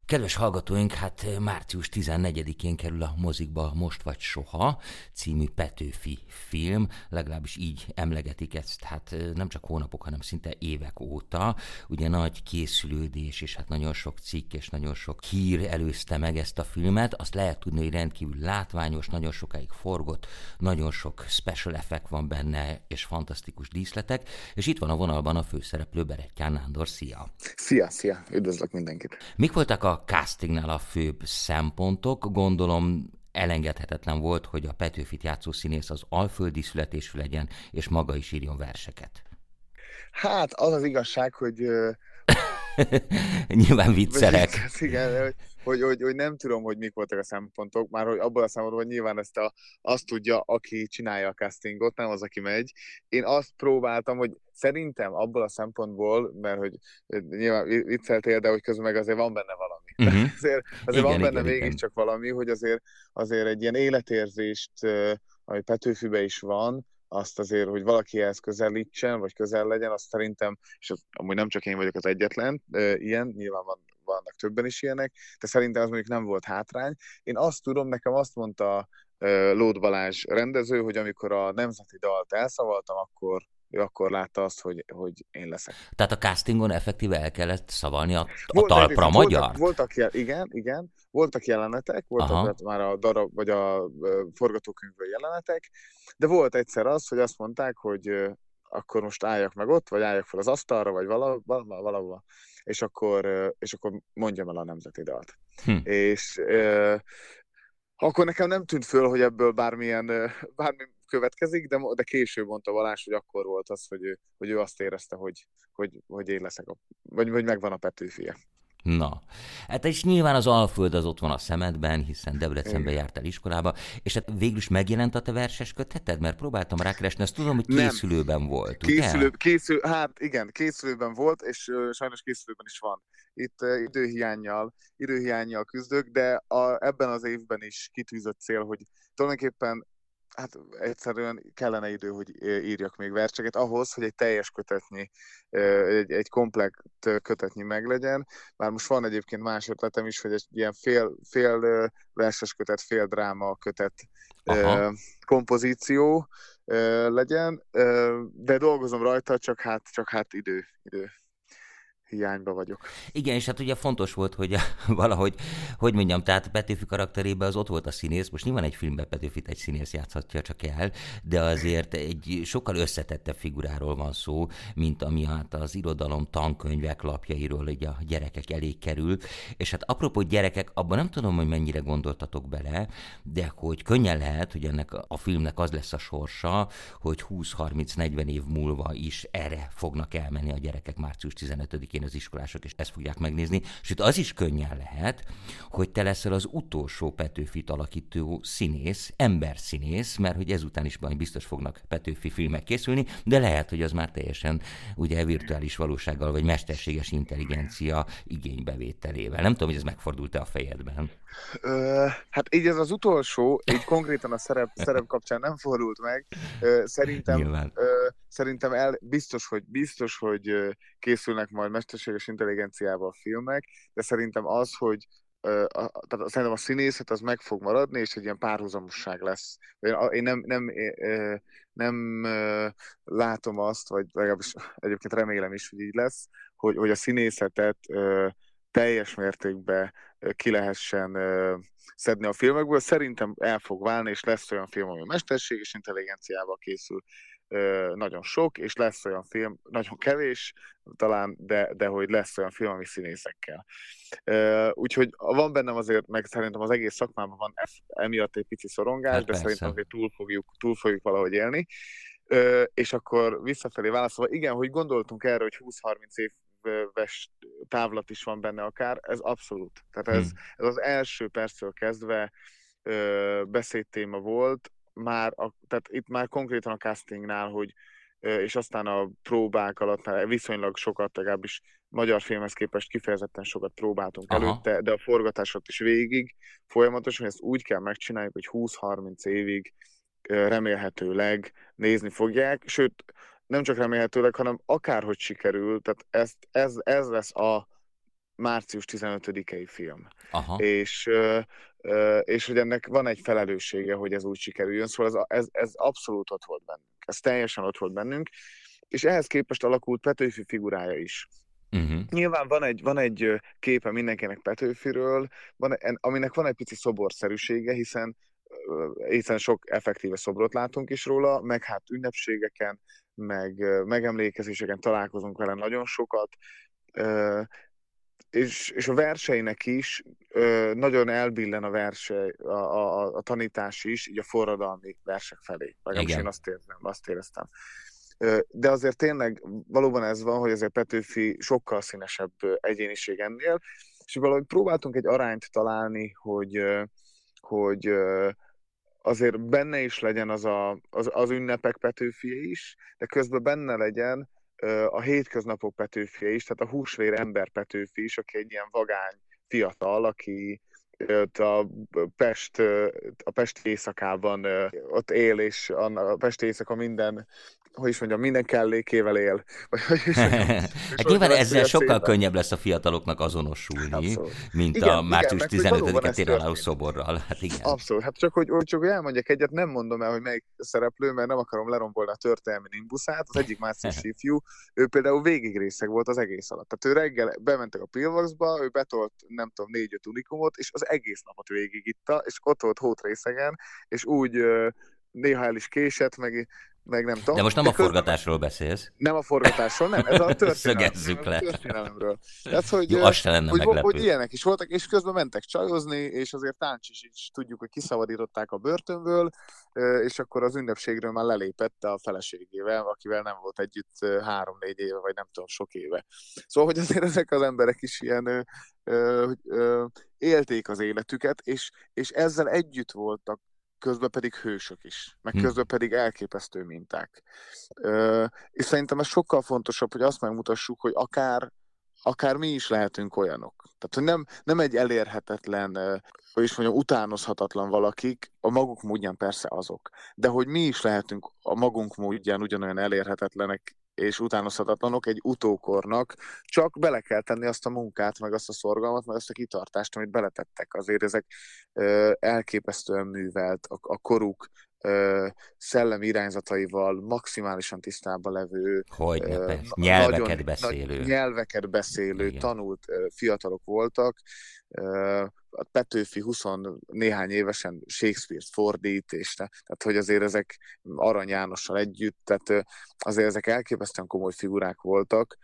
Kedves hallgatóink, hát március 14-én kerül a mozikba Most vagy soha című Petőfi film, legalábbis így emlegetik ezt, hát nem csak hónapok, hanem szinte évek óta. Ugye nagy készülődés, és hát nagyon sok cikk és nagyon sok hír előzte meg ezt a filmet. Azt lehet tudni, hogy rendkívül látványos, nagyon sokáig forgott, nagyon sok special effect van benne, és fantasztikus díszletek, és itt van a vonalban a főszereplő Berettyán Nándor. Szia! Szia! Üdvözlök mindenkit! Mik voltak a castingnál a főbb szempontok? Gondolom elengedhetetlen volt, hogy a Petőfit játszó színész az alföldi születésű legyen, és maga is írjon verseket. Hát az az igazság, hogy... Nyilván viccelek. Igen, hogy nem tudom, hogy mik voltak a szempontok, már hogy abból a szempontból, hogy nyilván azt tudja, aki csinálja a castingot, nem az, aki megy. Én azt próbáltam, hogy szerintem abból a szempontból, mert hogy nyilván vicceltél, de hogy közben meg azért van benne valami. Uh-huh. Azért van benne mégiscsak valami, hogy azért egy ilyen életérzést, ami Petőfibe is van, azt azért, hogy valakihez közelítsen, vagy közel legyen, azt szerintem, és amúgy nem csak én vagyok az egyetlen ilyen, nyilván vannak többen is ilyenek, de szerintem az mondjuk nem volt hátrány. Én azt tudom, nekem azt mondta Lóth Balázs rendező, hogy amikor a nemzeti dalt elszavaltam, akkor ő akkor látta azt, hogy én leszek. Tehát a castingon effektíve el kellett szavalni a talpra magyar? Igen. Voltak jelenetek, voltak már a darab, vagy a forgatókönyvből jelenetek, de volt egyszer az, hogy azt mondták, hogy akkor most álljak meg ott, vagy álljak fel az asztalra, vagy valahova, és akkor mondjam el a nemzeti dalt. És akkor nekem nem tűnt föl, hogy ebből bármi következik, de később mondta Balázs, hogy akkor volt az, hogy ő azt érezte, hogy én leszek, vagy megvan a Petőfije. Na, hát és nyilván az Alföld az ott van a szemedben, hiszen Debrecenben jártál iskolába, és hát végül is megjelent a te verses köteted? Mert próbáltam rákeresni, azt tudom, hogy készülőben volt, ugye? Hát igen, készülőben volt, és sajnos készülőben is van. Itt időhiánnyal küzdök, de ebben az évben is kitűzött cél, hogy tulajdonképpen hát egyszerűen kellene idő, hogy írjak még verseket ahhoz, hogy egy teljes kötetnyi, egy komplett kötetnyi meglegyen. Már most van egyébként más ötletem is, hogy egy ilyen fél verses kötet, fél dráma kötet kompozíció legyen, de dolgozom rajta, csak hát idő hiányba vagyok. Igen, és hát ugye fontos volt, hogy valahogy, hogy mondjam, tehát Petőfi karakterében az ott volt a színész, most nyilván egy filmben Petőfit egy színész játszhatja csak el, de azért egy sokkal összetettebb figuráról van szó, mint ami hát az irodalom tankönyvek lapjairól ugye a gyerekek elé kerül, és hát apropó gyerekek, abban nem tudom, hogy mennyire gondoltatok bele, de hogy könnyen lehet, hogy ennek a filmnek az lesz a sorsa, hogy 20-30-40 év múlva is erre fognak elmenni a gyerekek március 15-én az iskolások, és ezt fogják megnézni. Sőt, az is könnyen lehet, hogy te leszel az utolsó Petőfit alakító színész, emberszínész, mert hogy ezután is biztos fognak Petőfi filmek készülni, de lehet, hogy az már teljesen ugye virtuális valósággal, vagy mesterséges intelligencia igénybevételével. Nem tudom, hogy ez megfordult-e a fejedben. Hát így ez az utolsó, így konkrétan a szerep kapcsán nem fordult meg. Szerintem biztos, hogy készülnek majd mesterséges intelligenciával a filmek, de szerintem az, hogy tehát szerintem a színészet az meg fog maradni, és egy ilyen párhuzamosság lesz. Én nem látom azt, vagy legalábbis egyébként remélem is, hogy így lesz, hogy a színészetet teljes mértékben ki lehessen szedni a filmekből. Szerintem el fog válni, és lesz olyan film, ami mesterséges intelligenciával készül, nagyon sok, és lesz olyan film, nagyon kevés talán, de hogy lesz olyan film, ami színészekkel. Úgyhogy van bennem azért, meg szerintem az egész szakmában van emiatt egy pici szorongás, hát de persze. Szerintem azért túl fogjuk valahogy élni. És akkor visszafelé válaszolva, igen, hogy gondoltunk erre, hogy 20-30 éves távlat is van benne akár, ez abszolút. Tehát ez az első perctől kezdve beszédtéma volt, tehát itt már konkrétan a castingnál, hogy és aztán a próbák alatt viszonylag sokat, legalábbis magyar filmhez képest kifejezetten sokat próbáltunk előtte, de a forgatásot is végig folyamatosan, ezt úgy kell megcsináljuk, hogy 20-30 évig remélhetőleg nézni fogják, sőt, nem csak remélhetőleg, hanem akárhogy sikerül, tehát ez lesz a március 15-i film. Aha. És hogy ennek van egy felelőssége, hogy ez úgy sikerüljön, szóval ez abszolút ott volt bennünk. Ez teljesen ott volt bennünk, és ehhez képest alakult Petőfi figurája is. Uh-huh. Nyilván van egy képe mindenkinek Petőfiről, aminek van egy pici szoborszerűsége, hiszen sok effektíve szobrot látunk is róla, meg hát ünnepségeken, meg megemlékezéseken találkozunk vele nagyon sokat, és a verseinek is nagyon elbillen a tanítás is, így a forradalmi versek felé. Legalábbis én azt éreztem. De azért tényleg valóban ez van, hogy azért Petőfi sokkal színesebb egyéniség ennél, és valahogy próbáltunk egy arányt találni, hogy azért benne is legyen az ünnepek Petőfije is, de közben benne legyen a hétköznapok Petőfije is, tehát a húsvér ember Petőfi is, aki egy ilyen vagány fiatal, aki a Pest éjszakában ott él, és a Pest éjszaka minden kellékével él. Hát nyilván ezzel sokkal könnyebb lesz a fiataloknak azonosulni, abszolút. Mint igen, a március 15-e Tiránus szoborral. Hát igen. Abszolút. Hát csak hogy elmondjak egyet, nem mondom el, hogy melyik szereplő, mert nem akarom lerombolni a történelmi nimbuszát. Az egyik márciusi fiú, ő például végig részeg volt az egész alatt. Tehát ő reggel bementek a Pilvaxba, ő betolt, nem tudom, 4-5 unikumot, és az egész napot végig itta, és ott volt hótrészegen, és úgy néha el is késett, meg nem tudom. De most nem a forgatásról beszélsz. Nem a forgatásról, nem. Ez a történelemről. Tehát, hogy, jó, az se lenne meglepő. Hogy ilyenek is voltak, és közben mentek csajozni, és azért Táncsis is tudjuk, hogy kiszabadították a börtönből, és akkor az ünnepségről már lelépett a feleségével, akivel nem volt együtt 3-4 éve, vagy nem tudom, sok éve. Szóval, hogy azért ezek az emberek is ilyen élték az életüket, és ezzel együtt voltak, közben pedig hősök is, meg közben pedig elképesztő minták. És szerintem ez sokkal fontosabb, hogy azt megmutassuk, hogy akár mi is lehetünk olyanok. Tehát, hogy nem egy elérhetetlen, hogy is mondjam, utánozhatatlan valakik, a maguk módján persze azok, de hogy mi is lehetünk a magunk módján ugyanolyan elérhetetlenek és utánozhatatlanok egy utókornak, csak bele kell tenni azt a munkát, meg azt a szorgalmat, meg azt a kitartást, amit beletettek. Azért ezek elképesztően művelt, a koruk szellemi irányzataival maximálisan tisztában levő, nyelveket beszélő, igen. Tanult fiatalok voltak. A Petőfi 20 néhány évesen Shakespeare-t fordít, és tehát hogy azért ezek Arany Jánossal együtt, tehát azért ezek elképesztően komoly figurák voltak.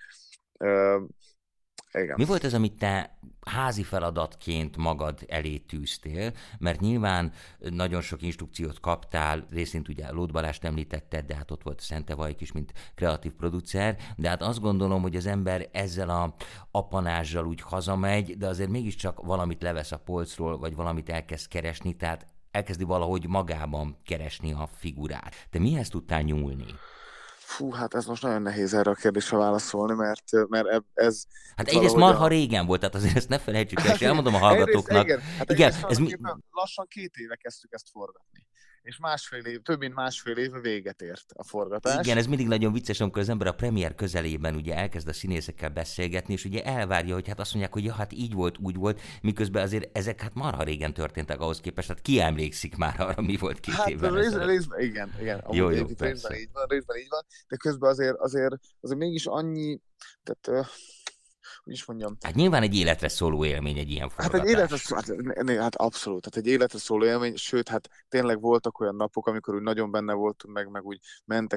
Igen. Mi volt ez, amit te házi feladatként magad elé tűztél? Mert nyilván nagyon sok instrukciót kaptál, részint ugye Lóth Balást említetted, de hát ott volt Szentevajk is, mint kreatív producer, de hát azt gondolom, hogy az ember ezzel a apanázsal úgy hazamegy, de azért mégiscsak valamit levesz a polcról, vagy valamit elkezd keresni, tehát elkezdi valahogy magában keresni a figurát. Te mihez tudtál nyúlni? Fú, hát ez most nagyon nehéz erre a kérdésre válaszolni, mert ez... Hát egyrészt marha régen volt, tehát azért ezt ne felejtsük el, és elmondom a hallgatóknak. Igen, lassan 2 éve kezdtük ezt forgatni. És több mint másfél éve véget ért a forgatás. Igen, ez mindig nagyon vicces, amikor az ember a premier közelében ugye elkezd a színészekkel beszélgetni, és ugye elvárja, hogy hát azt mondják, hogy ja, hát így volt, úgy volt, miközben azért ezek hát marha régen történtek ahhoz képest, hát ki emlékszik már arra, mi volt 2 évvel részben, igen. Jó, részben így van, de közben azért mégis annyi, tehát... hogy is mondjam. Hát nyilván egy életre szóló élmény egy ilyen forgatás. Hát abszolút, tehát egy életre szóló élmény, sőt, hát tényleg voltak olyan napok, amikor úgy nagyon benne voltunk, meg úgy mentek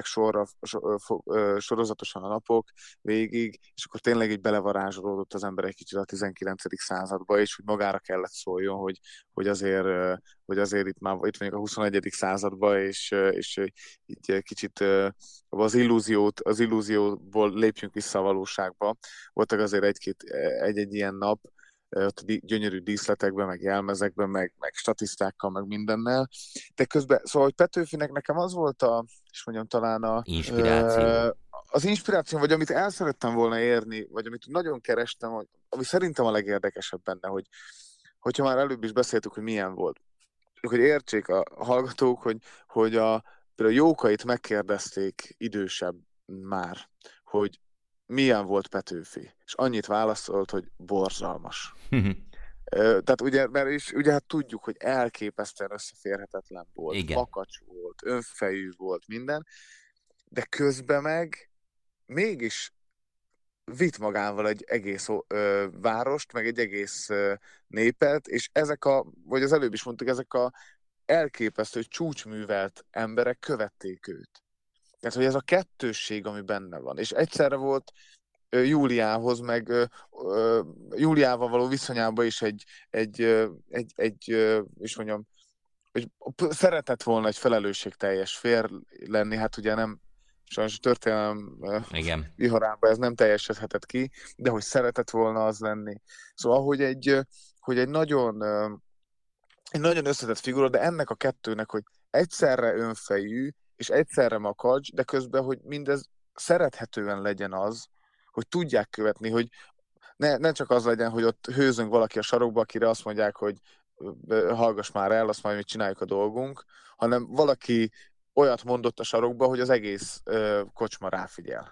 sorozatosan a napok végig, és akkor tényleg így belevarázsolódott az ember egy kicsit a 19. századba, és hogy magára kellett szóljon, hogy azért itt vagyunk a 21. századba, és így kicsit az illúzióból lépjünk vissza a valóságba. Voltak azért egy ilyen nap, ott gyönyörű díszletekben, meg jelmezekben, meg statisztákkal, meg mindennel. De közben, szóval, hogy Petőfinek nekem az volt talán inspiráció. Az inspiráció, vagy amit el szerettem volna érni, vagy amit nagyon kerestem, ami szerintem a legérdekesebb benne, hogyha már előbb is beszéltük, hogy milyen volt. Hogy értsék a hallgatók, hogy például Jókait megkérdezték idősebb már, hogy milyen volt Petőfi? És annyit válaszolt, hogy borzalmas. Tehát ugye, mert is, ugye hát tudjuk, hogy elképesztően összeférhetetlen volt, Igen. makacs volt, önfejű volt, minden, de közben meg mégis vitt magával egy egész várost, meg egy egész népet, és vagy az előbb is mondtuk, ezek a elképesztő csúcsművelt emberek követték őt. Tehát, hogy ez a kettősség, ami benne van. És egyszerre volt Júliához, meg Júliával való viszonyában is és mondjam, hogy szeretett volna egy felelősségteljes férj lenni, hát ugye nem, sajnos a történelem viharában ez nem teljesedhetett ki, de hogy szeretett volna az lenni. Szóval, hogy egy nagyon összetett figura, de ennek a kettőnek, hogy egyszerre önfejű, és egyszerre makacs, de közben, hogy mindez szerethetően legyen az, hogy tudják követni, hogy ne csak az legyen, hogy ott hőzünk valaki a sarokba, akire azt mondják, hogy hallgass már el, azt majd mi csináljuk a dolgunk, hanem valaki olyat mondott a sarokba, hogy az egész kocsma ráfigyel.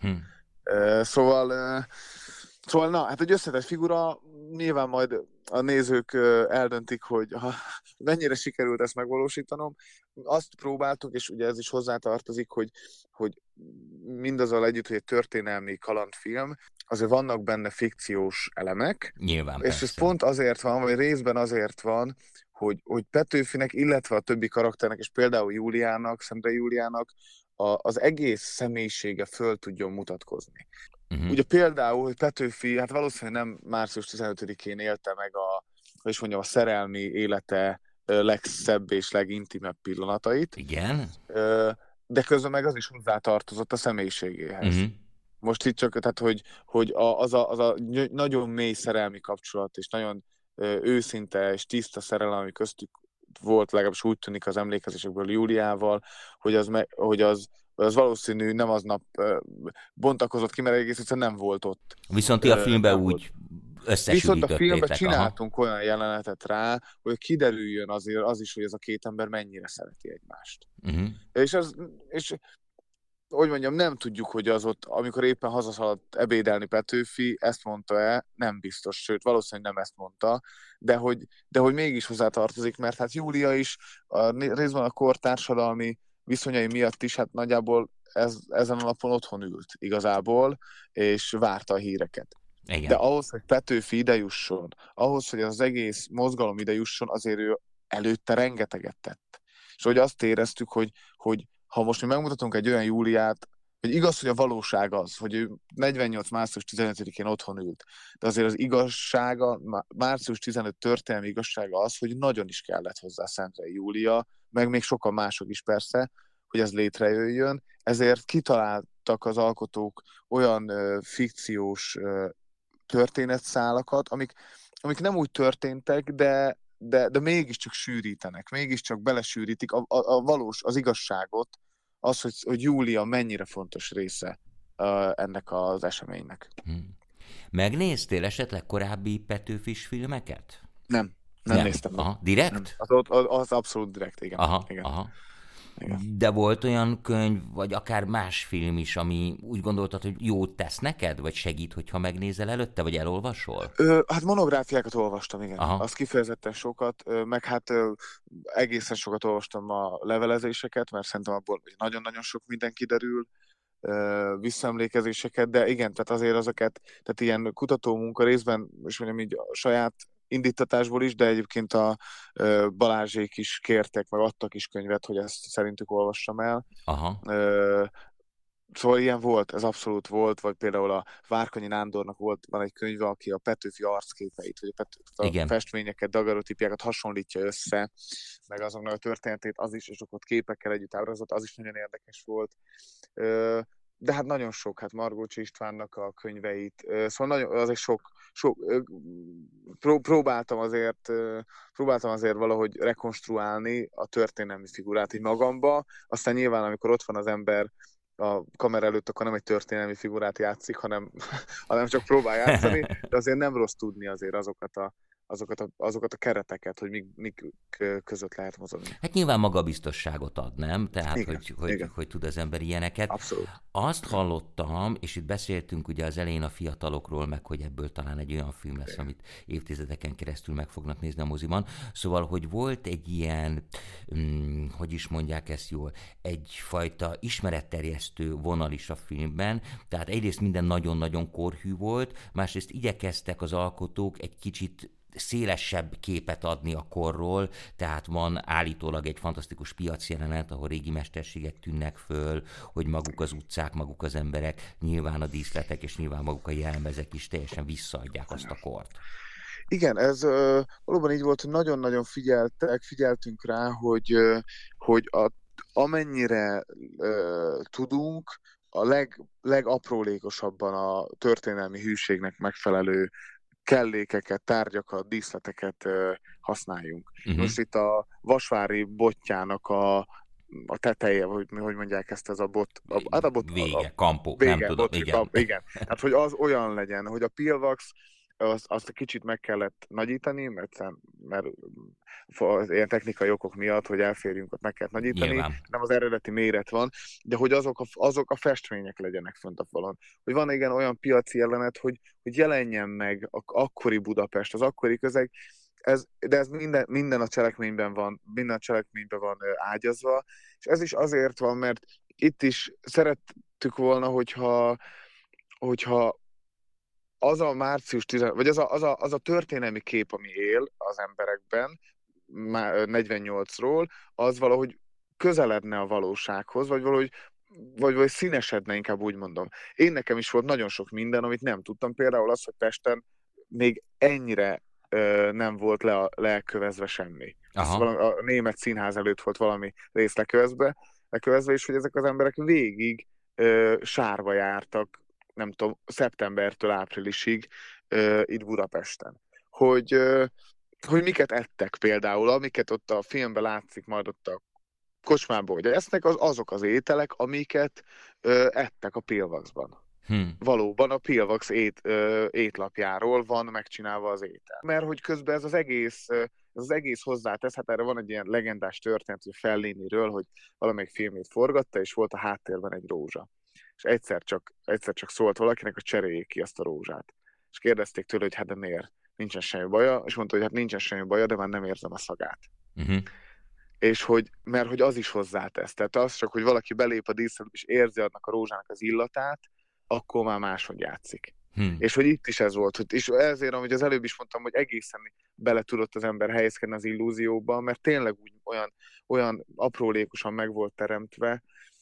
Szóval na, hát egy összetett figura, nyilván majd a nézők eldöntik, hogy mennyire sikerült ezt megvalósítanom. Azt próbáltuk, és ugye ez is hozzátartozik, hogy mindazzal együtt, hogy egy történelmi kalandfilm, azért vannak benne fikciós elemek. Nyilván, és persze. ez pont azért van, vagy részben azért van, hogy Petőfinek, illetve a többi karakternek, és például Júliának, Szendre Júliának az egész személyisége föl tudjon mutatkozni. Ugye például, hogy Petőfi, hát valószínűleg nem március 15-én élte meg a szerelmi élete legszebb és legintimebb pillanatait. Igen. De közben meg az is hozzátartozott a személyiségéhez. Most itt csak, tehát, hogy az a nagyon mély szerelmi kapcsolat, és nagyon őszinte és tiszta szerelem, ami köztük volt, legalábbis úgy tűnik az emlékezésekből Júliával, hogy az valószínű nem aznap bontakozott ki, mert egész egyszerűen nem volt ott. Viszont a filmben úgy összesűrítettétek. Viszont a filmben csináltunk olyan jelenetet rá, hogy kiderüljön azért az is, hogy ez a két ember mennyire szereti egymást. És hogy mondjam, nem tudjuk, hogy az ott, amikor éppen hazaszaladt ebédelni Petőfi, ezt mondta-e, nem biztos, sőt, valószínűleg nem ezt mondta, de hogy mégis hozzátartozik, mert hát Júlia is részben a kortársadalmi viszonyai miatt is, hát nagyjából ezen a napon otthon ült igazából, és várta a híreket. Igen. De ahhoz, hogy Petőfi ide jusson, ahhoz, hogy az egész mozgalom ide jusson, azért ő előtte rengeteget tett. És hogy azt éreztük, hogy ha most mi megmutatunk egy olyan Júliát, hogy igaz, hogy a valóság az, hogy ő 48. március 15-én otthon ült, de azért az igazsága, március 15 történelmi igazsága az, hogy nagyon is kellett hozzá Szentrei Júlia, meg még sokan mások is persze, hogy ez létrejöjjön, ezért kitaláltak az alkotók olyan fikciós történetszálakat, amik nem úgy történtek, de mégiscsak sűrítenek, mégiscsak belesűrítik a valós, az igazságot, az, hogy Júlia mennyire fontos része ennek az eseménynek. Megnéztél esetleg korábbi Petőfis filmeket? Nem néztem. Aha. Direkt? Nem. Az abszolút direkt, igen. Aha. Igen. De volt olyan könyv, vagy akár más film is, ami úgy gondoltad, hogy jót tesz neked, vagy segít, hogyha megnézel előtte, vagy elolvasol? Hát monográfiákat olvastam, igen. Aha. Az kifejezetten sokat, meg hát egészen sokat olvastam a levelezéseket, mert szerintem abból nagyon-nagyon sok minden kiderül, visszaemlékezéseket, de igen, tehát azért azokat, tehát ilyen kutatómunka részben, és mondjam így a saját indítatásból is, de egyébként a Balázsék is kértek, meg adtak is könyvet, hogy ezt szerintük olvassam el. Aha. Szóval ilyen volt, ez abszolút volt, vagy például a Várkonyi Nándornak van egy könyve, aki a Petőfi arcképeit, vagy a festményeket, daguerreotípiákat hasonlítja össze, meg azoknak a történetét, az is, és ott képekkel együtt ábrázolt, az is nagyon érdekes volt. De hát nagyon sok, hát Margócsi Istvánnak a könyveit, szóval nagyon, azért sok próbáltam azért valahogy rekonstruálni a történelmi figurát így magamba, aztán nyilván, amikor ott van az ember a kamera előtt, akkor nem egy történelmi figurát játszik, hanem csak próbál játszani, de azért nem rossz tudni azért azokat azokat a kereteket, hogy mik között lehet mozogni. Hát nyilván magabiztosságot ad, nem? Tehát, Igen, igen, hogy tud az ember ilyeneket. abszolút. Azt hallottam, és itt beszéltünk ugye az elején a fiatalokról, meg hogy ebből talán egy olyan film lesz, Igen. amit évtizedeken keresztül meg fognak nézni a moziban. Szóval, hogy volt egy ilyen, hogy is mondják ezt jól, egyfajta ismeretterjesztő vonal is a filmben, tehát egyrészt minden nagyon-nagyon korhű volt, másrészt igyekeztek az alkotók egy kicsit szélesebb képet adni a korról, tehát van állítólag egy fantasztikus piacjelenet, ahol régi mesterségek tűnnek föl, hogy maguk az utcák, maguk az emberek, nyilván a díszletek és nyilván maguk a jelmezek is teljesen visszaadják azt a kort. Igen, ez valóban így volt, hogy nagyon-nagyon figyeltünk rá, hogy amennyire tudunk, a legaprólékosabban a történelmi hűségnek megfelelő kellékeket, tárgyakat, díszleteket használjunk. Most itt a Vasvári botjának a teteje, hogy mondják ezt, ez a bot... A bot vége, kampó, vége, nem tudom, igen. Igen. Tehát, hogy az olyan legyen, hogy a Pilvax azt kicsit meg kellett nagyítani, mert ilyen technikai okok miatt, hogy elférjünk, ott meg kellett nagyítani, Nyilván. nem az eredeti méret van, de hogy azok a festmények legyenek fönt a falon. Hogy van igen olyan piaci jelenet, hogy jelenjen meg akkori Budapest, az akkori közeg, de ez minden a cselekményben van, ágyazva, és ez is azért van, mert itt is szerettük volna, hogyha az a március 10, vagy az a történelmi kép, ami él az emberekben 48-ról, az valahogy közeledne a valósághoz, vagy valahogy színesedne, inkább úgy mondom. Nekem is volt nagyon sok minden, amit nem tudtam. Például az, hogy Pesten még ennyire nem volt lekövezve semmi. A német színház előtt volt valami rész lekövezve, és hogy ezek az emberek végig sárba jártak, nem tudom, szeptembertől áprilisig itt Budapesten. Hogy miket ettek például, amiket ott a filmben látszik, majd ott a kocsmában, hogy esznek, azok az ételek, amiket ettek a Pilvaxban. Valóban a Pilvax étlapjáról van megcsinálva az étel. Mert hogy közben ez az egész hozzátesz, hát erre van egy ilyen legendás történet, hogy Felliniről, hogy valamelyik filmét forgatta, és volt a háttérben egy rózsa. És egyszer csak szólt valakinek, hogy cseréljék ki azt a rózsát. És kérdezték tőle, hogy hát de miért? Nincsen semmi baja, és mondta, hogy hát nincsen semmi baja, de már nem érzem a szagát. És mert hogy az is hozzátesz. Tehát az csak, hogy valaki belép a díszletbe, és érzi annak a rózsának az illatát, akkor már máshogy játszik. És hogy itt is ez volt. És ezért, ahogy az előbb is mondtam, hogy egészen bele tudott az ember helyezkedni az illúzióba, mert tényleg olyan aprólékosan meg volt teremtve,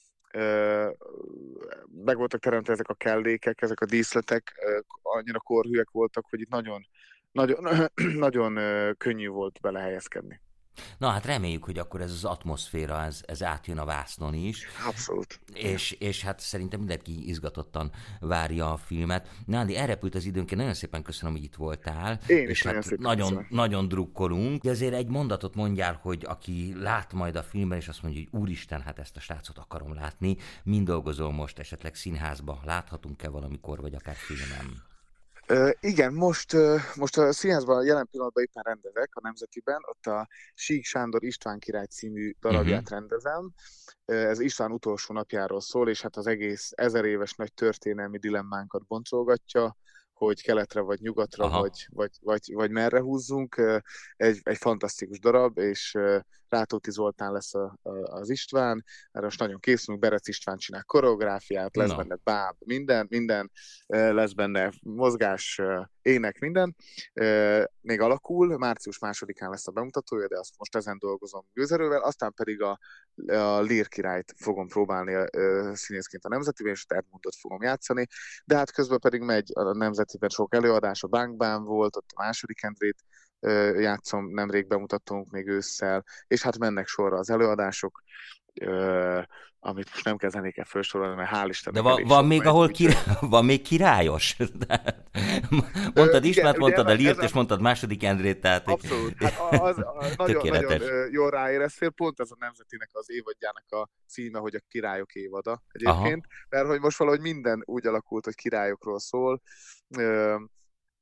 meg voltak teremtve ezek a kellékek, ezek a díszletek, annyira korhűek voltak, hogy itt nagyon, nagyon, nagyon könnyű volt belehelyezkedni. Na hát reméljük, hogy akkor ez az atmoszféra, ez átjön a vásznon is. Abszolút. És hát szerintem mindenki izgatottan várja a filmet. Nándi, elrepült az időnk, én nagyon szépen köszönöm, hogy itt voltál. Én és is hát nagyon drukkolunk. De azért egy mondatot mondjál, hogy aki lát majd a filmben, és azt mondja, hogy úristen, hát ezt a srácot akarom látni, mind dolgozol most, esetleg színházba, láthatunk-e valamikor, vagy akár filmen? Igen, most a színházban jelen pillanatban éppen rendezek a Nemzetiben, ott a Sík Sándor István király című darabját rendezem. Ez István utolsó napjáról szól, és hát az egész 1000 éves nagy történelmi dilemmánkat boncolgatja, hogy keletre vagy nyugatra, vagy merre húzzunk. Egy fantasztikus darab, és Rátóti Zoltán lesz az István, erre most nagyon készülünk, Berec István csinál koreográfiát, lesz benne báb, minden, lesz benne mozgás, ének, minden. Még alakul, március 2-án lesz a bemutatója, de azt most ezen dolgozom gőzerővel, aztán pedig a Lír királyt fogom próbálni színészként a Nemzetiben, és Edmundot fogom játszani, de hát közben pedig megy a Nemzetiben sok előadás, a Bánkbán volt, ott a második Endrét játszom, nemrég bemutattunk még ősszel, és hát mennek sorra az előadások, amit most nem kezdenék el felsorolni, mert hál' Istennek. De van még, ahol van még királyos? Mondtad Istvát, mondtad a Lírt, és mondtad második Endrét, tehát... Abszolút. Hát az nagyon jól ráéreztél, pont ez a Nemzetinek az évadjának a címe, hogy a Királyok évada egyébként, mert hogy most valahogy minden úgy alakult, hogy királyokról szól,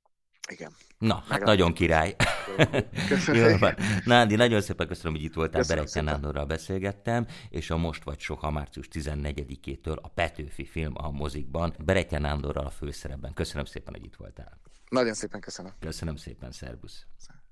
Igen. Na, hát nagyon király. Köszönöm. Jó van. Nándi, nagyon szépen köszönöm, hogy itt voltál, Köszönöm Berettyén szépen. Nándorral beszélgettem, és a Most vagy soha március 14-től a Petőfi film a mozikban, Berettyén Nándorral a főszerepben. Köszönöm szépen, hogy itt voltál. Nagyon szépen köszönöm. Köszönöm szépen, szervusz.